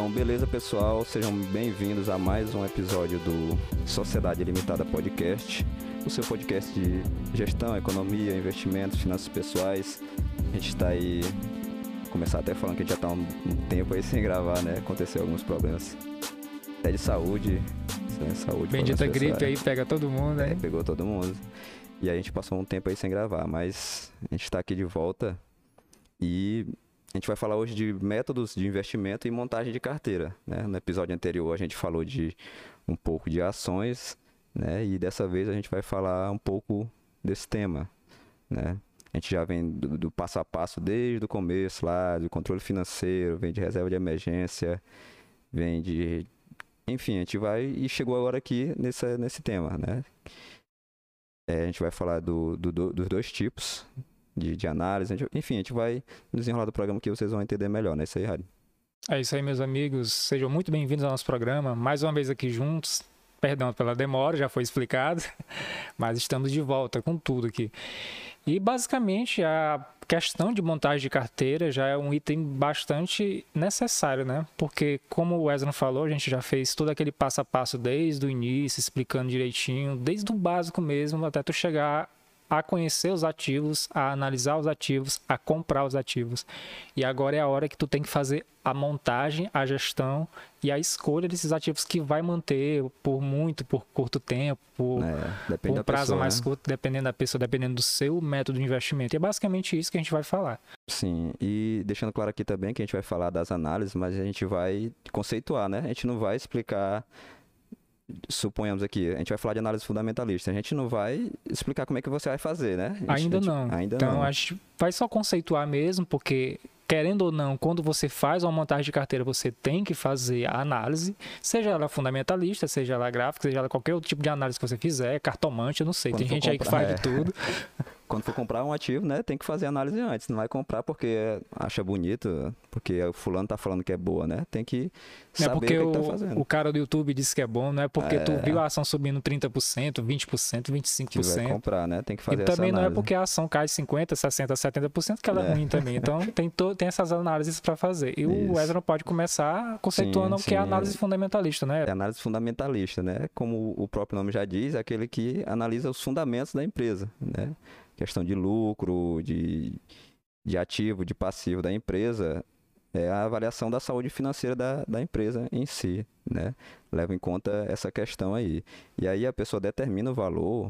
Então, beleza, pessoal? Sejam bem-vindos a mais um episódio do Sociedade Limitada Podcast, o seu podcast de gestão, economia, investimentos, finanças pessoais. A gente está aí, começar até falando que a gente já está um tempo aí sem gravar, né? Aconteceu alguns problemas até de saúde. Bendita gripe aí, pega todo mundo, né? Pegou todo mundo. E aí a gente passou um tempo aí sem gravar, mas a gente está aqui de volta e a gente vai falar hoje de métodos de investimento e montagem de carteira, né? No episódio anterior a gente falou de um pouco de ações, né? E dessa vez a gente vai falar um pouco desse tema, né? A gente já vem do passo a passo desde o começo lá, do controle financeiro, vem de reserva de emergência, vem de... Enfim, a gente vai e chegou agora aqui nesse tema, né? A gente vai falar dos dois tipos de análise. Enfim, a gente vai desenrolar do programa que vocês vão entender melhor, né? Isso aí, Rádio. É isso aí, meus amigos. Sejam muito bem-vindos ao nosso programa. Mais uma vez aqui juntos. Perdão pela demora, já foi explicado. Mas estamos de volta com tudo aqui. E basicamente a questão de montagem de carteira já é um item bastante necessário, né? Porque como o Wesley falou, a gente já fez todo aquele passo a passo desde o início, explicando direitinho, desde o básico mesmo, até tu chegar a conhecer os ativos, a analisar os ativos, a comprar os ativos. E agora é a hora que tu tem que fazer a montagem, a gestão e a escolha desses ativos que vai manter por curto tempo, por um prazo mais curto, dependendo da pessoa, dependendo do seu método de investimento. E é basicamente isso que a gente vai falar. Sim, e deixando claro aqui também que a gente vai falar das análises, mas a gente vai conceituar, né? A gente não vai explicar... Suponhamos aqui, a gente vai falar de análise fundamentalista. A gente não vai explicar como é que você vai fazer, né? Ainda não. Então, a gente vai só conceituar mesmo, porque, querendo ou não, quando você faz uma montagem de carteira, você tem que fazer a análise, seja ela fundamentalista, seja ela gráfica, seja ela qualquer outro tipo de análise que você fizer, cartomante, eu não sei. Tem gente aí que faz de tudo. Quando for comprar um ativo, né, tem que fazer análise antes. Não vai comprar porque acha bonito, porque o fulano tá falando que é boa, né? Tem que saber o que tá fazendo. O cara do YouTube disse que é bom, não é porque tu viu a ação subindo 30%, 20%, 25%. Que vai comprar, né? Tem que fazer essa análise. E também não é porque a ação cai 50%, 60%, 70% que ela é ruim também. Então tem essas análises para fazer. E o Wesley pode começar conceituando o que é a análise fundamentalista, né? É análise fundamentalista, né? Como o próprio nome já diz, é aquele que analisa os fundamentos da empresa, né? Questão de lucro, de ativo, de passivo da empresa, é a avaliação da saúde financeira da empresa em si, né? Leva em conta essa questão aí. E aí a pessoa determina o valor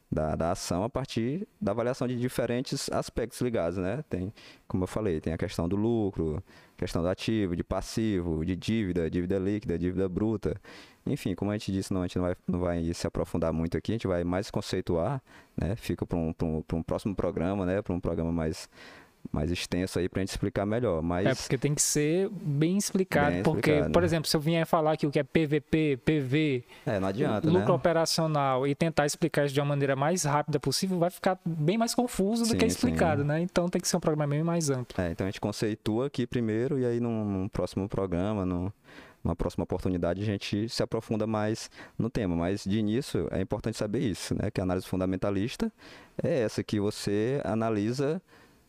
da ação a partir da avaliação de diferentes aspectos ligados, né? Tem, como eu falei, tem a questão do lucro, questão do ativo, de passivo, de dívida líquida, dívida bruta. Enfim, como a gente disse, a gente não vai se aprofundar muito aqui, a gente vai mais conceituar, né? Fica para um próximo programa, né? Para um programa mais extenso aí pra gente explicar melhor, mas... porque tem que ser bem explicado, porque, por exemplo, se eu vier falar aqui o que é PVP, PV, não adianta, lucro operacional, e tentar explicar isso de uma maneira mais rápida possível, vai ficar bem mais confuso do que explicado, né? Então tem que ser um programa bem mais amplo. Então a gente conceitua aqui primeiro e aí num próximo programa, numa próxima oportunidade, a gente se aprofunda mais no tema. Mas, de início, é importante saber isso, né? Que a análise fundamentalista é essa que você analisa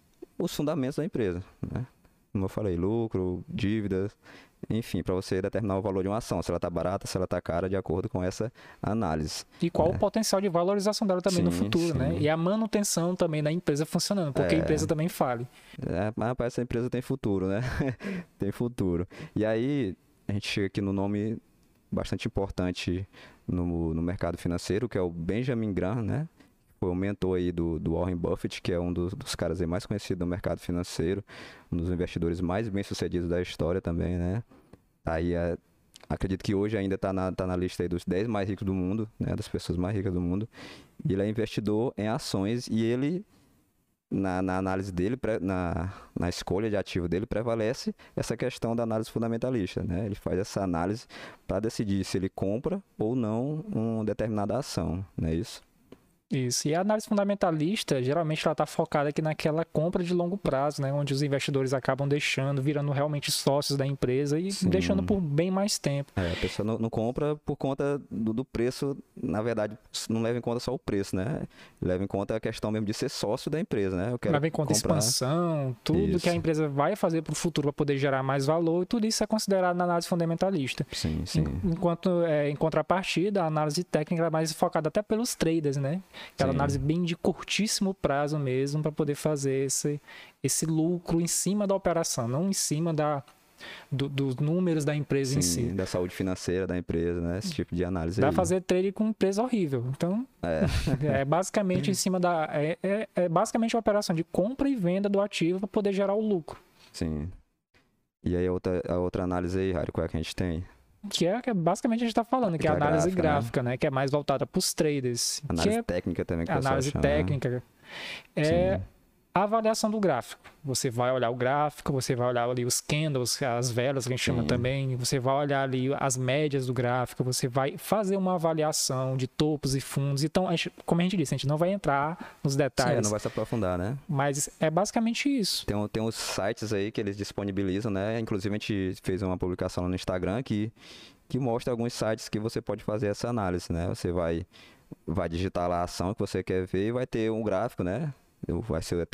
os fundamentos da empresa, né? Como eu falei, lucro, dívidas, enfim, para você determinar o valor de uma ação, se ela está barata, se ela está cara, de acordo com essa análise. E qual o potencial de valorização dela também no futuro, né? E a manutenção também da empresa funcionando, porque a empresa também fale. Mas essa empresa tem futuro, né? Tem futuro. E aí, a gente chega aqui no nome bastante importante no mercado financeiro, que é o Benjamin Graham, né? Foi o mentor aí do Warren Buffett, que é um dos caras aí mais conhecidos do mercado financeiro, um dos investidores mais bem-sucedidos da história também, né? Aí, acredito que hoje ainda tá na lista aí dos 10 mais ricos do mundo, né? Das pessoas mais ricas do mundo. E ele é investidor em ações e ele, na análise dele, na escolha de ativo dele, prevalece essa questão da análise fundamentalista, né? Ele faz essa análise para decidir se ele compra ou não uma determinada ação, não é isso? Isso. E a análise fundamentalista, geralmente ela está focada aqui naquela compra de longo prazo, né? Onde os investidores acabam deixando, virando realmente sócios da empresa e Sim. deixando por bem mais tempo. A pessoa não compra por conta do preço, na verdade, não leva em conta só o preço, né? Leva em conta a questão mesmo de ser sócio da empresa, né? Eu quero Leva em conta comprar... expansão, tudo que a empresa vai fazer para o futuro para poder gerar mais valor, e tudo isso é considerado na análise fundamentalista. Sim, sim. Enquanto, em contrapartida, a análise técnica é mais focada até pelos traders, né? Aquela análise bem de curtíssimo prazo mesmo, para poder fazer esse lucro em cima da operação, não em cima dos números da empresa em si. Da saúde financeira da empresa, né? Esse tipo de análise. Dá aí. Fazer trade com empresa horrível. Então, é basicamente em cima da... É basicamente a operação de compra e venda do ativo para poder gerar o lucro. Sim. E aí a outra análise aí, Rádio, qual é que a gente tem? Que basicamente a gente está falando, que é a análise gráfica, né? Que é mais voltada para os traders. Análise técnica também, que análise técnica. A avaliação do gráfico. Você vai olhar o gráfico, você vai olhar ali os candles, as velas que a gente chama também, você vai olhar ali as médias do gráfico, você vai fazer uma avaliação de topos e fundos. Então, como a gente disse, a gente não vai entrar nos detalhes. Não vai se aprofundar, né? Mas é basicamente isso. Tem uns sites aí que eles disponibilizam, né? Inclusive a gente fez uma publicação lá no Instagram que mostra alguns sites que você pode fazer essa análise, né? Você vai digitar lá a ação que você quer ver e vai ter um gráfico, né? Vai ter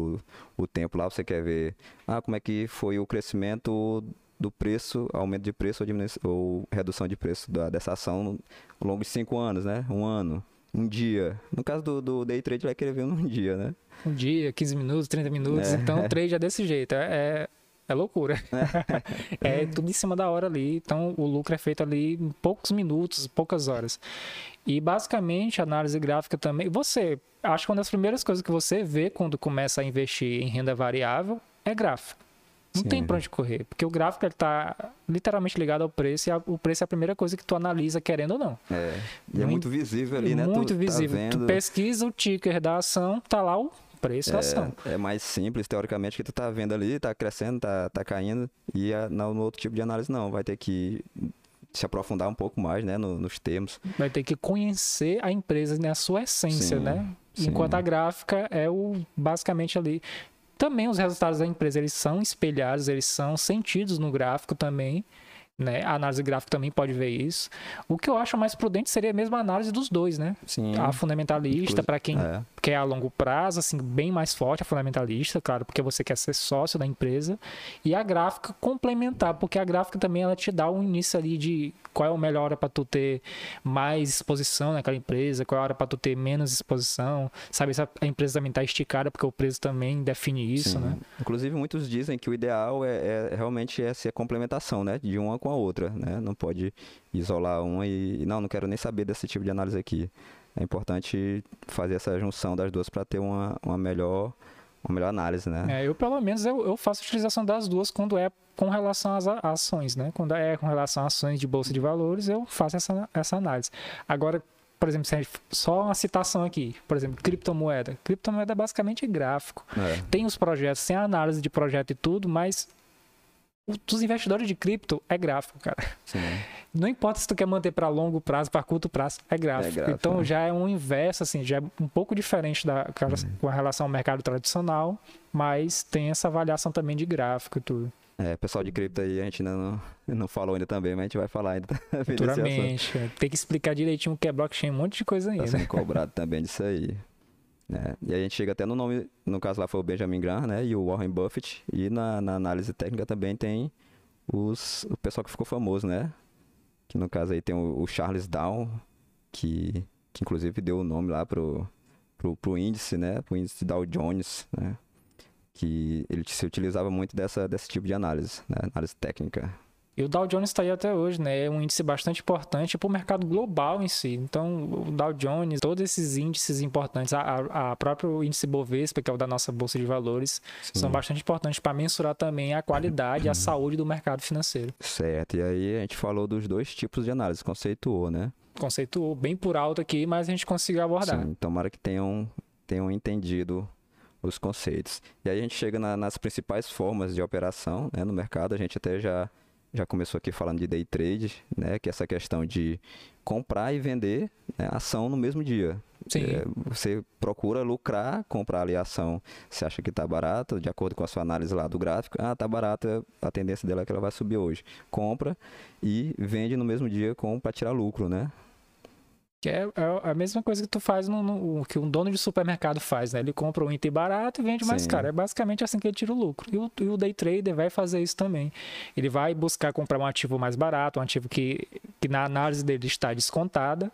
o tempo lá, você quer ver como é que foi o crescimento do preço, aumento de preço ou redução de preço dessa ação ao longo de 5 anos, né? Um ano, um dia. No caso do day trade, vai querer ver num dia, né? Um dia, 15 minutos, 30 minutos. Então, o trade é desse jeito. É loucura. É tudo em cima da hora ali. Então, o lucro é feito ali em poucos minutos, poucas horas. E, basicamente, a análise gráfica também... Acho que uma das primeiras coisas que você vê quando começa a investir em renda variável é gráfico. Não tem pra onde correr. Porque o gráfico está literalmente ligado ao preço, e o preço é a primeira coisa que tu analisa, querendo ou não. E é muito visível ali, né? Muito visível. Tá vendo... Tu pesquisa o ticker da ação, tá lá o preço da ação. É mais simples, teoricamente, que tu tá vendo ali, tá crescendo, tá caindo, e no outro tipo de análise não, vai ter que se aprofundar um pouco mais, né, nos termos. Vai ter que conhecer a empresa na sua essência, né? Enquanto a gráfica é basicamente ali. Também os resultados da empresa, eles são espelhados, eles são sentidos no gráfico também, né? A análise gráfica também pode ver isso. O que eu acho mais prudente seria mesmo a análise dos dois, né? A fundamentalista, para quem quer a longo prazo, assim, bem mais forte a fundamentalista, claro, porque você quer ser sócio da empresa, e a gráfica complementar, porque a gráfica também ela te dá um início ali de qual é a melhor hora para tu ter mais exposição naquela empresa, qual é a hora para tu ter menos exposição, sabe se a empresa também está esticada, porque o preço também define isso, né? Inclusive, muitos dizem que o ideal realmente ser a complementação, né? De uma com a outra, né? Não pode isolar uma e não quero nem saber desse tipo de análise aqui. É importante fazer essa junção das duas para ter uma melhor análise, né? Eu, pelo menos, eu faço utilização das duas quando é com relação às ações, né? Quando é com relação a ações de bolsa de valores, eu faço essa análise. Agora, por exemplo, só uma citação aqui, por exemplo, criptomoeda. Criptomoeda é basicamente gráfico. Tem os projetos, tem a análise de projeto e tudo, mas dos investidores de cripto é gráfico, cara. Não importa se tu quer manter para longo prazo, para curto prazo, é gráfico. Então já é um inverso, assim, já é um pouco diferente com relação ao mercado tradicional, mas tem essa avaliação também de gráfico e tudo. Pessoal de cripto aí, a gente ainda não falou ainda também, mas a gente vai falar ainda. Futuramente. Tem que explicar direitinho o que é blockchain, um monte de coisa ainda. Tá sendo cobrado também disso aí. E a gente chega até no nome, no caso lá foi o Benjamin Graham, né, e o Warren Buffett, e na análise técnica também tem o pessoal que ficou famoso, né, que no caso aí tem o Charles Dow, que inclusive deu o nome lá pro índice, né, pro índice Dow Jones, né, que ele se utilizava muito desse tipo de análise, né, análise técnica. E o Dow Jones está aí até hoje, né? É um índice bastante importante para o mercado global em si. Então, o Dow Jones, todos esses índices importantes, a próprio índice Bovespa, que é o da nossa Bolsa de Valores, são bastante importantes para mensurar também a qualidade e a saúde do mercado financeiro. Certo. E aí a gente falou dos dois tipos de análise, conceituou, né? Conceituou bem por alto aqui, mas a gente conseguiu abordar. Sim, tomara que tenham entendido os conceitos. E aí a gente chega nas principais formas de operação, né, no mercado. A gente até já começou aqui falando de day trade, né, que é essa questão de comprar e vender, né, ação no mesmo dia. Sim. Você procura lucrar, comprar ali a ação, você acha que está barato, de acordo com a sua análise lá do gráfico, tá barato, a tendência dela é que ela vai subir hoje. Compra e vende no mesmo dia para tirar lucro, né? Que é a mesma coisa que tu faz que um dono de supermercado faz, né? Ele compra um item barato e vende mais Sim. caro. É basicamente assim que ele tira o lucro. E o day trader vai fazer isso também. Ele vai buscar comprar um ativo mais barato, um ativo que na análise dele está descontada,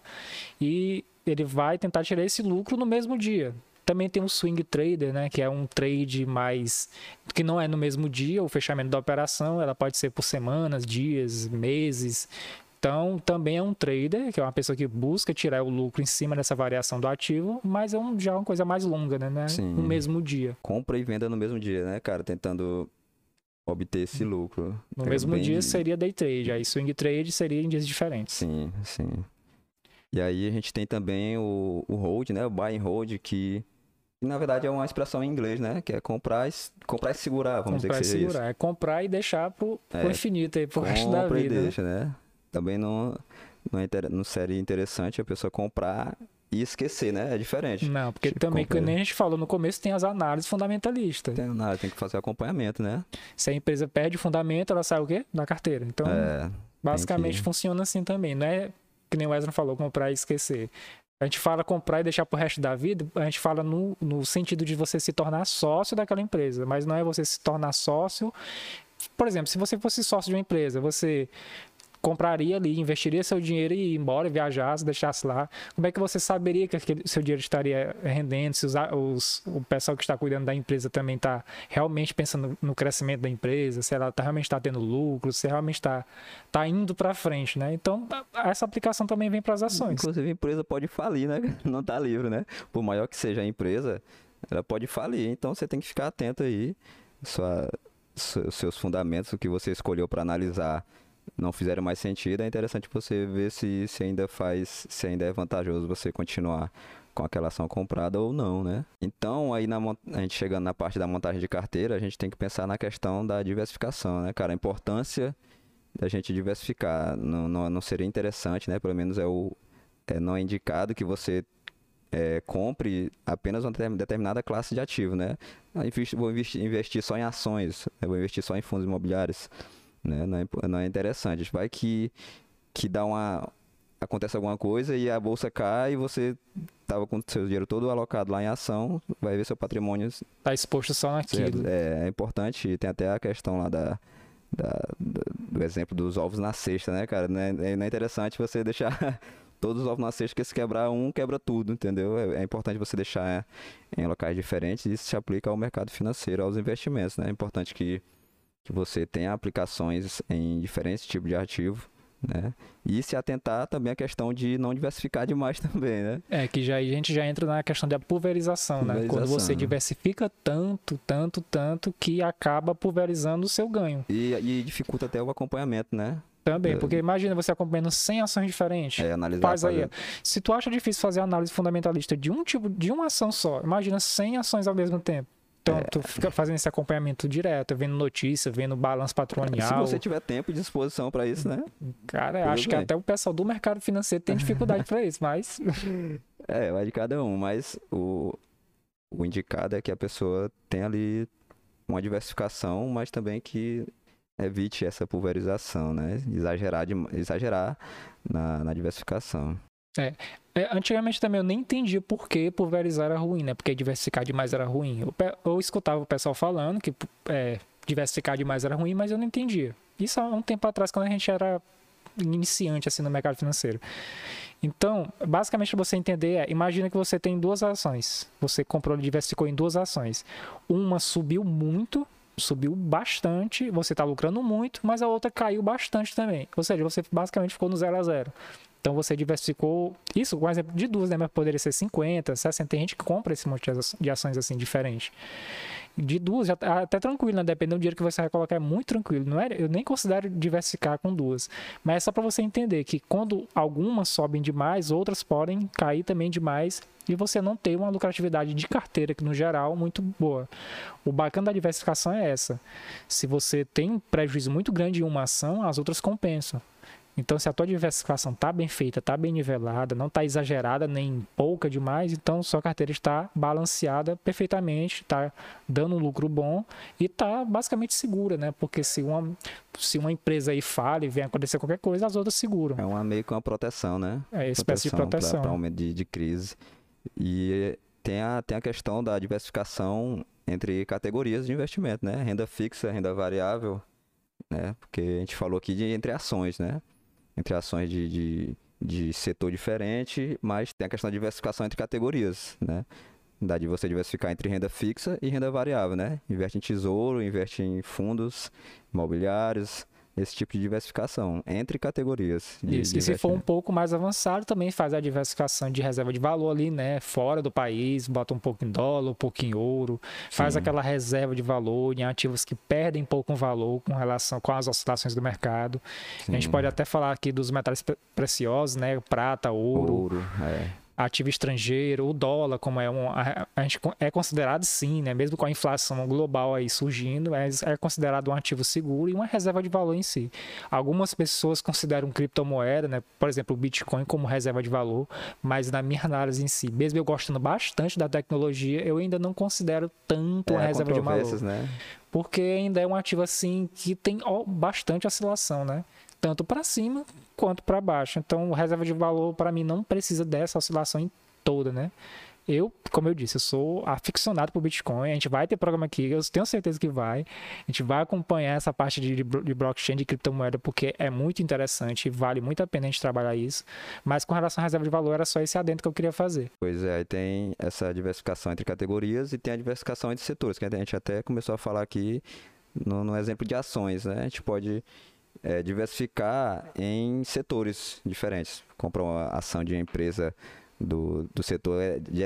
e ele vai tentar tirar esse lucro no mesmo dia. Também tem o swing trader, né, que é um trade mais que não é no mesmo dia, o fechamento da operação, ela pode ser por semanas, dias, meses. Então, também é um trader, que é uma pessoa que busca tirar o lucro em cima dessa variação do ativo, mas já é uma coisa mais longa, né? Sim. No mesmo dia. Compra e venda no mesmo dia, né, cara? Tentando obter esse lucro. No mesmo dia seria day trade, aí swing trade seria em dias diferentes. Sim, sim. E aí a gente tem também o hold, né? O buy and hold, que na verdade é uma expressão em inglês, né? Que é comprar e segurar, vamos dizer que seja isso. É comprar e deixar pro infinito, aí, pro resto da vida. Compra e deixa, né? Também não seria interessante a pessoa comprar e esquecer, né? É diferente. Não, porque também, como a gente falou no começo, tem as análises fundamentalistas. Tem que fazer acompanhamento, né? Se a empresa perde o fundamento, ela sai o quê? Da carteira. Então, basicamente funciona assim também. Não é que nem o Wesley falou, comprar e esquecer. A gente fala comprar e deixar pro resto da vida, a gente fala no sentido de você se tornar sócio daquela empresa, mas não é você se tornar sócio. Por exemplo, se você fosse sócio de uma empresa, você compraria ali, investiria seu dinheiro e ia embora, viajasse, deixasse lá. Como é que você saberia que seu dinheiro estaria rendendo, se o pessoal que está cuidando da empresa também está realmente pensando no crescimento da empresa, se ela realmente está tendo lucro, se realmente está indo para frente, né? Então, essa aplicação também vem para as ações. Inclusive, a empresa pode falir, né? Não está livre, né? Por maior que seja a empresa, ela pode falir. Então, você tem que ficar atento aí, seus fundamentos, o que você escolheu para analisar, não fizeram mais sentido. É interessante você ver se ainda é vantajoso você continuar com aquela ação comprada ou não, né? Então, aí a gente chegando na parte da montagem de carteira, a gente tem que pensar na questão da diversificação, né, cara? A importância da gente diversificar. Não seria interessante, né? Pelo menos não é indicado que você compre apenas uma determinada classe de ativo, né? Vou investir só em ações, vou investir só em fundos imobiliários. Né? Não é interessante. Vai que acontece alguma coisa e a bolsa cai e você estava com o seu dinheiro todo alocado lá em ação, vai ver seu patrimônio está exposto só naquilo. É importante. Tem até a questão lá do exemplo dos ovos na cesta, né, cara? Não é interessante você deixar todos os ovos na cesta, porque se quebrar um, quebra tudo, entendeu? É importante você deixar em locais diferentes, e isso se aplica ao mercado financeiro, aos investimentos, né? É importante que você tenha aplicações em diferentes tipos de ativo, né? E se atentar também à questão de não diversificar demais também, né? Que a gente já entra na questão da pulverização, né? Quando você diversifica tanto, que acaba pulverizando o seu ganho. E dificulta até o acompanhamento, né? Também, porque imagina você acompanhando 100 ações diferentes. Analisar. Se tu acha difícil fazer análise fundamentalista de uma ação só, imagina 100 ações ao mesmo tempo. Então, tu fica fazendo esse acompanhamento direto, vendo notícia, vendo balanço patrimonial. Se você tiver tempo e disposição para isso, né? Cara, acho que até o pessoal do mercado financeiro tem dificuldade para isso, mas... vai de cada um, mas o indicado é que a pessoa tenha ali uma diversificação, mas também que evite essa pulverização, né? Exagerar na diversificação. Antigamente também eu nem entendia por que pulverizar era ruim, né? Porque diversificar demais era ruim. Eu escutava o pessoal falando que diversificar demais era ruim, mas eu não entendia. Isso há um tempo atrás, quando a gente era iniciante assim no mercado financeiro. Então, basicamente, para você entender, imagina que você tem duas ações. Você comprou e diversificou em duas ações. Uma subiu bastante, você está lucrando muito, mas a outra caiu bastante também. Ou seja, você basicamente ficou no 0 a 0. Então você diversificou, isso com exemplo de duas, né? Mas poderia ser 50, 60, tem gente que compra esse monte de ações assim, diferente. De duas, já tá até tranquilo, né? Dependendo do dinheiro que você vai colocar, é muito tranquilo. Eu nem considero diversificar com duas. Mas é só para você entender que quando algumas sobem demais, outras podem cair também demais e você não ter uma lucratividade de carteira, que no geral, muito boa. O bacana da diversificação é essa. Se você tem um prejuízo muito grande em uma ação, as outras compensam. Então, se a tua diversificação está bem feita, está bem nivelada, não está exagerada nem pouca demais, então sua carteira está balanceada perfeitamente, está dando um lucro bom e está basicamente segura, né? Porque se uma empresa aí falha e vem acontecer qualquer coisa, as outras seguram. É meio que uma proteção, né? É espécie de proteção. Para aumento de crise. E tem a questão da diversificação entre categorias de investimento, né? Renda fixa, renda variável, né? Porque a gente falou aqui entre ações, né? Entre ações de setor diferente, mas tem a questão da diversificação entre categorias, né? Dá de você diversificar entre renda fixa e renda variável, né? Investe em tesouro, investe em fundos imobiliários, esse tipo de diversificação entre categorias. Isso, e se for um pouco mais avançado, também faz a diversificação de reserva de valor ali, né? Fora do país, bota um pouco em dólar, um pouco em ouro, faz aquela reserva de valor em ativos que perdem pouco valor com relação com as oscilações do mercado. Sim. A gente pode até falar aqui dos metais preciosos, né? Prata, ouro. Ativo estrangeiro, o dólar, como a gente é considerado sim, né? Mesmo com a inflação global aí surgindo, é considerado um ativo seguro e uma reserva de valor em si. Algumas pessoas consideram criptomoeda, né? Por exemplo, o Bitcoin como reserva de valor, mas na minha análise em si, mesmo eu gostando bastante da tecnologia, eu ainda não considero tanto uma reserva de valor. Né? Porque ainda é um ativo assim que tem bastante oscilação, né? Tanto para cima quanto para baixo. Então, reserva de valor, para mim, não precisa dessa oscilação toda, né? Como eu disse, eu sou aficionado por Bitcoin. A gente vai ter programa aqui, eu tenho certeza que vai. A gente vai acompanhar essa parte de blockchain, de criptomoeda, porque é muito interessante e vale muito a pena a gente trabalhar isso. Mas com relação à reserva de valor, era só esse adendo que eu queria fazer. Pois é, aí tem essa diversificação entre categorias e tem a diversificação entre setores, que a gente até começou a falar aqui no exemplo de ações, né? A gente pode diversificar em setores diferentes. Compra uma ação de uma empresa do setor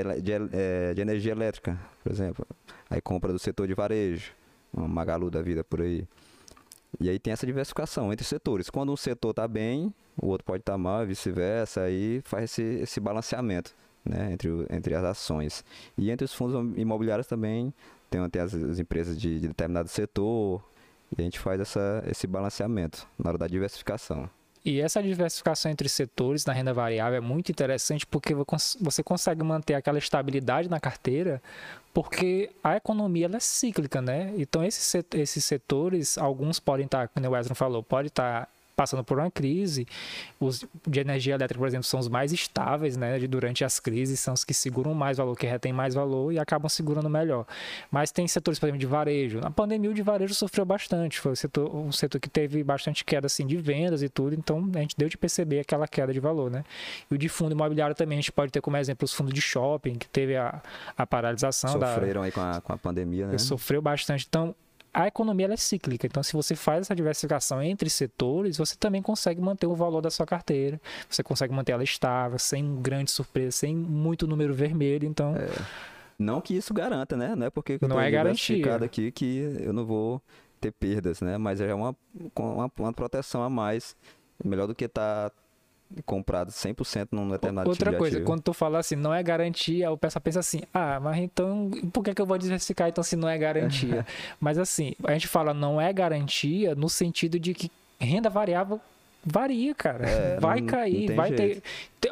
de energia elétrica, por exemplo. Aí compra do setor de varejo, uma Magalu da vida por aí. E aí tem essa diversificação entre setores. Quando um setor está bem, o outro pode estar mal e vice-versa. Aí faz esse balanceamento, né, entre as ações. E entre os fundos imobiliários também tem as empresas de determinado setor. E a gente faz esse balanceamento na hora da diversificação. E essa diversificação entre setores na renda variável é muito interessante porque você consegue manter aquela estabilidade na carteira, porque a economia ela é cíclica, né? Então esses setores, alguns podem estar, como o Wesley falou, pode estar passando por uma crise. Os de energia elétrica, por exemplo, são os mais estáveis, né? Durante as crises, são os que seguram mais valor, que retêm mais valor e acabam segurando melhor. Mas tem setores, por exemplo, de varejo. Na pandemia, o de varejo sofreu bastante. Foi um setor que teve bastante queda assim, de vendas e tudo. Então, a gente deu de perceber aquela queda de valor, né? E o de fundo imobiliário também, a gente pode ter como exemplo os fundos de shopping, que teve a paralisação. Sofreram aí com a pandemia, né? Sofreu bastante. Então, a economia ela é cíclica, então se você faz essa diversificação entre setores, você também consegue manter o valor da sua carteira, você consegue manter ela estável, sem grande surpresa, sem muito número vermelho, então... Não que isso garanta, né? Não é porque eu estou diversificado aqui que eu não vou ter perdas, né? Mas é uma proteção a mais, melhor do que estar comprado 100% num determinado tipo de ativo. Outra coisa, quando tu fala assim, não é garantia, o pessoal pensa assim, mas então, por que eu vou diversificar então se não é garantia? Mas assim, a gente fala não é garantia no sentido de que renda variável varia, cara. Vai cair, vai ter...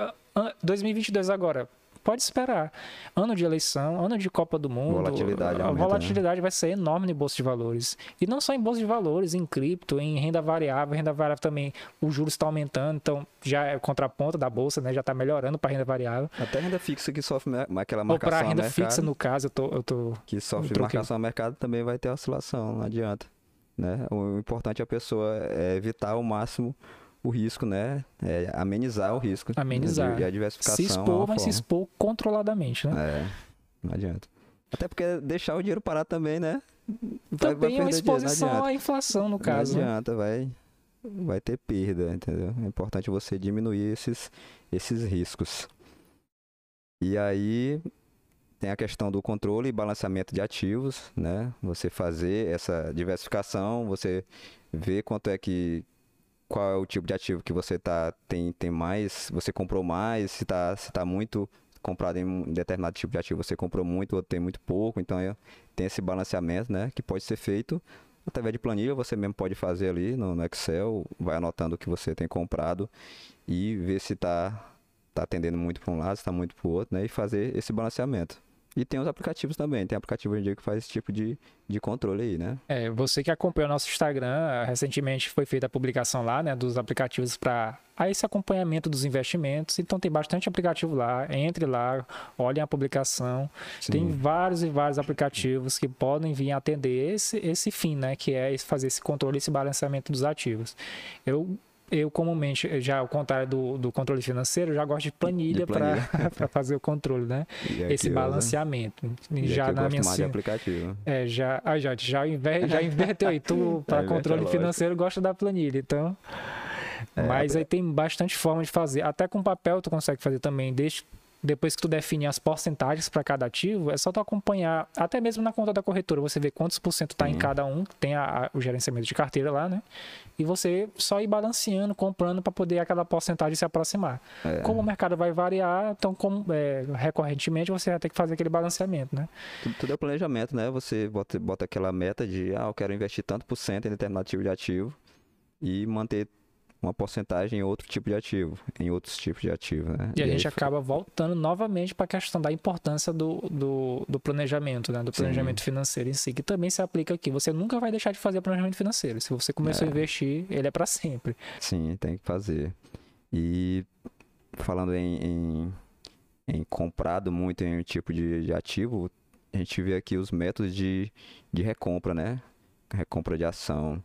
2022 agora, pode esperar. Ano de eleição, ano de Copa do Mundo. A volatilidade vai ser enorme em bolsa de valores. E não só em bolsa de valores, em cripto, em renda variável também. O juros está aumentando, então já é contraponto da bolsa, né? Já está melhorando para renda variável. Até renda fixa que sofre aquela marcação. Ou para renda fixa, no caso, eu tô que sofre marcação a mercado também vai ter oscilação, não adianta. Né? O importante é a pessoa evitar ao máximo o risco, né? Amenizar o risco. Amenizar. E a diversificação. Se expor, mas se expor controladamente, né? Não adianta. Até porque deixar o dinheiro parar também, né? Também é uma exposição à inflação, no caso. Não adianta, vai ter perda, entendeu? É importante você diminuir esses riscos. E aí tem a questão do controle e balanceamento de ativos, né? Você fazer essa diversificação, você ver qual é o tipo de ativo que você tem mais, você comprou mais, se tá muito comprado em um determinado tipo de ativo, você comprou muito, outro tem muito pouco, então tem esse balanceamento, né, que pode ser feito através de planilha, você mesmo pode fazer ali no Excel, vai anotando o que você tem comprado e ver se tá atendendo muito para um lado, se está muito para o outro, né? E fazer esse balanceamento. E tem os aplicativos também, tem aplicativo hoje em dia que faz esse tipo de controle aí, né? Você que acompanha o nosso Instagram, recentemente foi feita a publicação lá, né, dos aplicativos para esse acompanhamento dos investimentos. Então tem bastante aplicativo lá, entre lá, olhem a publicação. Sim. Tem vários e vários aplicativos que podem vir atender esse fim, né, que é fazer esse controle, esse balanceamento dos ativos. Eu comumente, já ao contrário do controle financeiro, já gosto de planilha. para fazer o controle, né? Esse balanceamento. Já na minha de aplicativo. Já inverteu aí. Tu, para controle financeiro, gosta da planilha, então. Mas aí tem bastante forma de fazer. Até com papel tu consegue fazer também. Depois que tu define as porcentagens para cada ativo, é só tu acompanhar, até mesmo na conta da corretora, você vê quantos por cento está em cada um, tem o gerenciamento de carteira lá, né? E você só ir balanceando, comprando para poder aquela porcentagem se aproximar. Como o mercado vai variar, então recorrentemente você vai ter que fazer aquele balanceamento, né? Tudo é planejamento, né? Você bota aquela meta de, eu quero investir tanto por cento em determinado tipo de ativo e manter uma porcentagem em outro tipo de ativo, em outros tipos de ativo, né? E a gente acaba voltando novamente para a questão da importância do planejamento, né? Do planejamento financeiro em si, que também se aplica aqui. Você nunca vai deixar de fazer planejamento financeiro. Se você começou a investir, ele é para sempre. Sim, tem que fazer. E falando em comprado muito em um tipo de ativo, a gente vê aqui os métodos de recompra, né? Recompra de ação.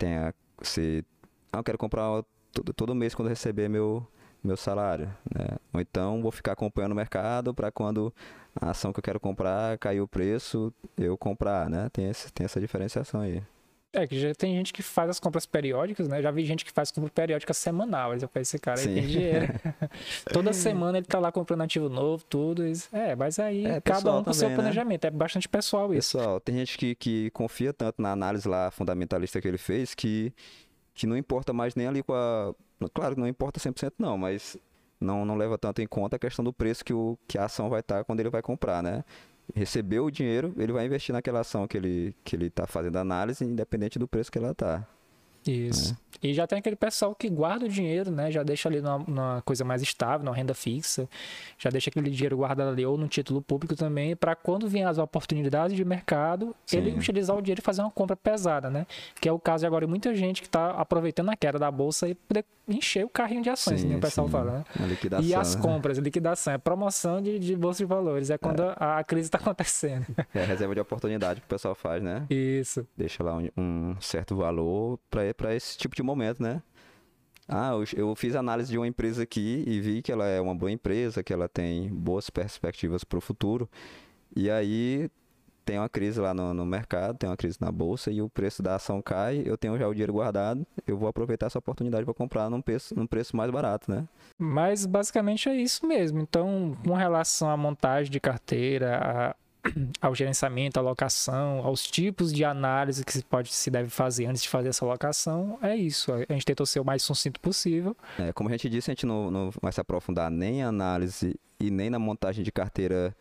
Eu quero comprar todo mês quando receber meu salário, né? Ou então vou ficar acompanhando o mercado para quando a ação que eu quero comprar cair o preço, eu comprar, né? Tem essa diferenciação aí. Que já tem gente que faz as compras periódicas, né? Já vi gente que faz compra periódica semanal. Eu falei, esse cara aí tem dinheiro. Toda semana ele tá lá comprando ativo novo, tudo. Mas aí cada um com o seu planejamento. Né? É bastante pessoal isso. Pessoal, tem gente que confia tanto na análise lá fundamentalista que ele fez que não importa mais nem ali com a... Claro que não importa 100% não, mas não leva tanto em conta a questão do preço que a ação vai estar quando ele vai comprar, né? Recebeu o dinheiro, ele vai investir naquela ação que ele está fazendo análise, independente do preço que ela está. Isso. E já tem aquele pessoal que guarda o dinheiro, né? Já deixa ali numa coisa mais estável, numa renda fixa. Já deixa aquele dinheiro guardado ali ou no título público também, para quando vier as oportunidades de mercado, ele utilizar o dinheiro e fazer uma compra pesada, né? Que é o caso de agora de muita gente que está aproveitando a queda da bolsa e poder encher o carrinho de ações, como o pessoal fala, né? A liquidação, e as compras, liquidação, é promoção de bolsa de valores, é quando a crise está acontecendo. É a reserva de oportunidade que o pessoal faz, né? Isso. Deixa lá um certo valor para esse tipo de momento, né? Eu fiz análise de uma empresa aqui e vi que ela é uma boa empresa, que ela tem boas perspectivas para o futuro. E aí tem uma crise lá no mercado, tem uma crise na bolsa e o preço da ação cai, eu tenho já o dinheiro guardado, eu vou aproveitar essa oportunidade para comprar num preço mais barato, né? Mas basicamente é isso mesmo. Então, com relação à montagem de carteira, ao gerenciamento, à alocação, aos tipos de análise que se deve fazer antes de fazer essa alocação, é isso. A gente tentou ser o mais sucinto possível. Como a gente disse, a gente não vai se aprofundar nem em análise e nem na montagem de carteira.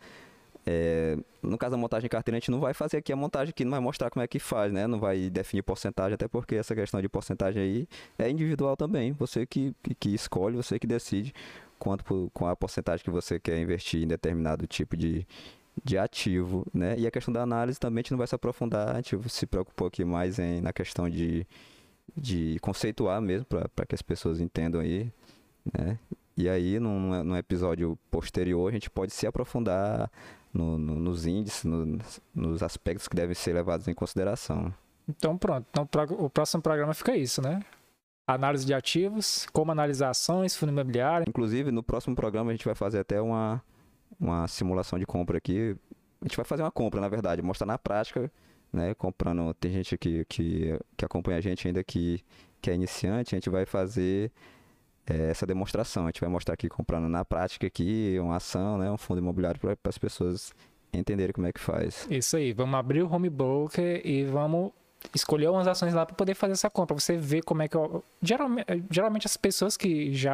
No caso da montagem de carteira, a gente não vai fazer aqui a montagem aqui, não vai mostrar como é que faz, né? Não vai definir porcentagem, até porque essa questão de porcentagem aí é individual também. Você que escolhe, você que decide com a porcentagem que você quer investir em determinado tipo de ativo, né? E a questão da análise também a gente não vai se aprofundar, a gente se preocupou aqui mais na questão de conceituar mesmo, para que as pessoas entendam aí, né? E aí, num episódio posterior, a gente pode se aprofundar nos índices, nos aspectos que devem ser levados em consideração. Então pronto, o próximo programa fica isso, né? Análise de ativos, como analisar ações, fundo imobiliário. Inclusive, no próximo programa a gente vai fazer até uma simulação de compra aqui. A gente vai fazer uma compra, na verdade, mostrar na prática, né? Comprando, tem gente aqui que acompanha a gente ainda que é iniciante, a gente vai fazer essa demonstração. A gente vai mostrar aqui comprando na prática aqui uma ação, né? Um fundo imobiliário para as pessoas entenderem como é que faz. Isso aí, vamos abrir o home broker e vamos escolher umas ações lá para poder fazer essa compra. Você vê como é que... Geralmente as pessoas que já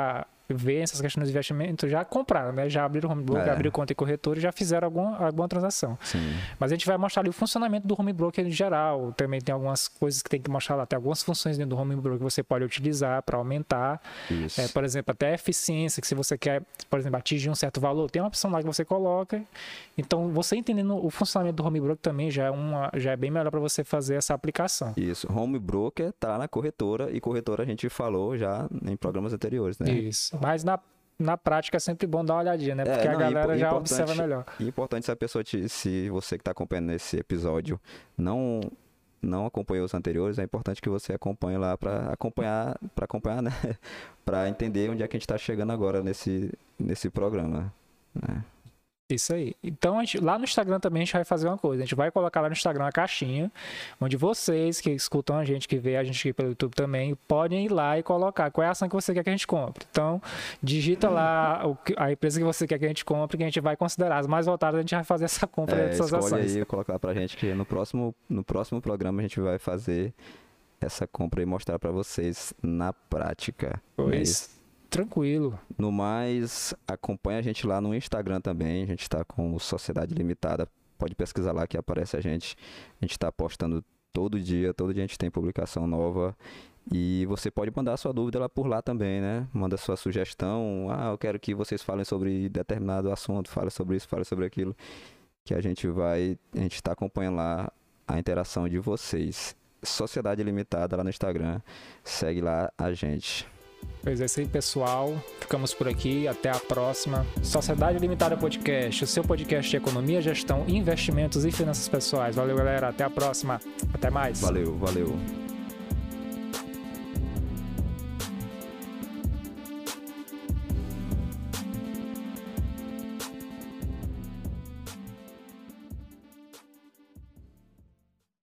veem essas questões de investimento, já compraram, né? Já abriram o home broker, abriram conta em corretora e já fizeram alguma transação. Sim. Mas a gente vai mostrar ali o funcionamento do home broker em geral. Também tem algumas coisas que tem que mostrar lá. Tem algumas funções dentro do home broker que você pode utilizar para aumentar. Por exemplo, até a eficiência, que se você quer, por exemplo, atingir um certo valor, tem uma opção lá que você coloca. Então, você entendendo o funcionamento do home broker também já é bem melhor para você fazer essa aplicação. Isso. Home broker tá na corretora, e corretora a gente falou já em programas anteriores, né? Isso. Mas na prática é sempre bom dar uma olhadinha, né? Porque a galera já observa melhor. Importante se a pessoa, se você que está acompanhando esse episódio não acompanhou os anteriores, é importante que você acompanhe lá para acompanhar, né? Para entender onde é que a gente está chegando agora nesse programa, né? Isso aí. Então, lá no Instagram também a gente vai fazer uma coisa. A gente vai colocar lá no Instagram uma caixinha, onde vocês que escutam a gente, que vê a gente aqui pelo YouTube também, podem ir lá e colocar qual é a ação que você quer que a gente compre. Então, digita lá a empresa que você quer que a gente compre, que a gente vai considerar. As mais votadas, a gente vai fazer essa compra dessas ações. Escolhe aí e colocar pra gente que no próximo programa a gente vai fazer essa compra e mostrar pra vocês na prática. Pois. Tranquilo. No mais, acompanha a gente lá no Instagram também. A gente está com o Sociedade Limitada. Pode pesquisar lá que aparece a gente. A gente está postando todo dia a gente tem publicação nova. E você pode mandar a sua dúvida lá por lá também, né? Manda sua sugestão. Eu quero que vocês falem sobre determinado assunto, falem sobre isso, falem sobre aquilo. Que a gente está acompanhando lá a interação de vocês. Sociedade Limitada lá no Instagram. Segue lá a gente. Pois é isso aí, pessoal. Ficamos por aqui. Até a próxima. Sociedade Limitada Podcast, o seu podcast de economia, gestão, investimentos e finanças pessoais. Valeu, galera. Até a próxima. Até mais. Valeu.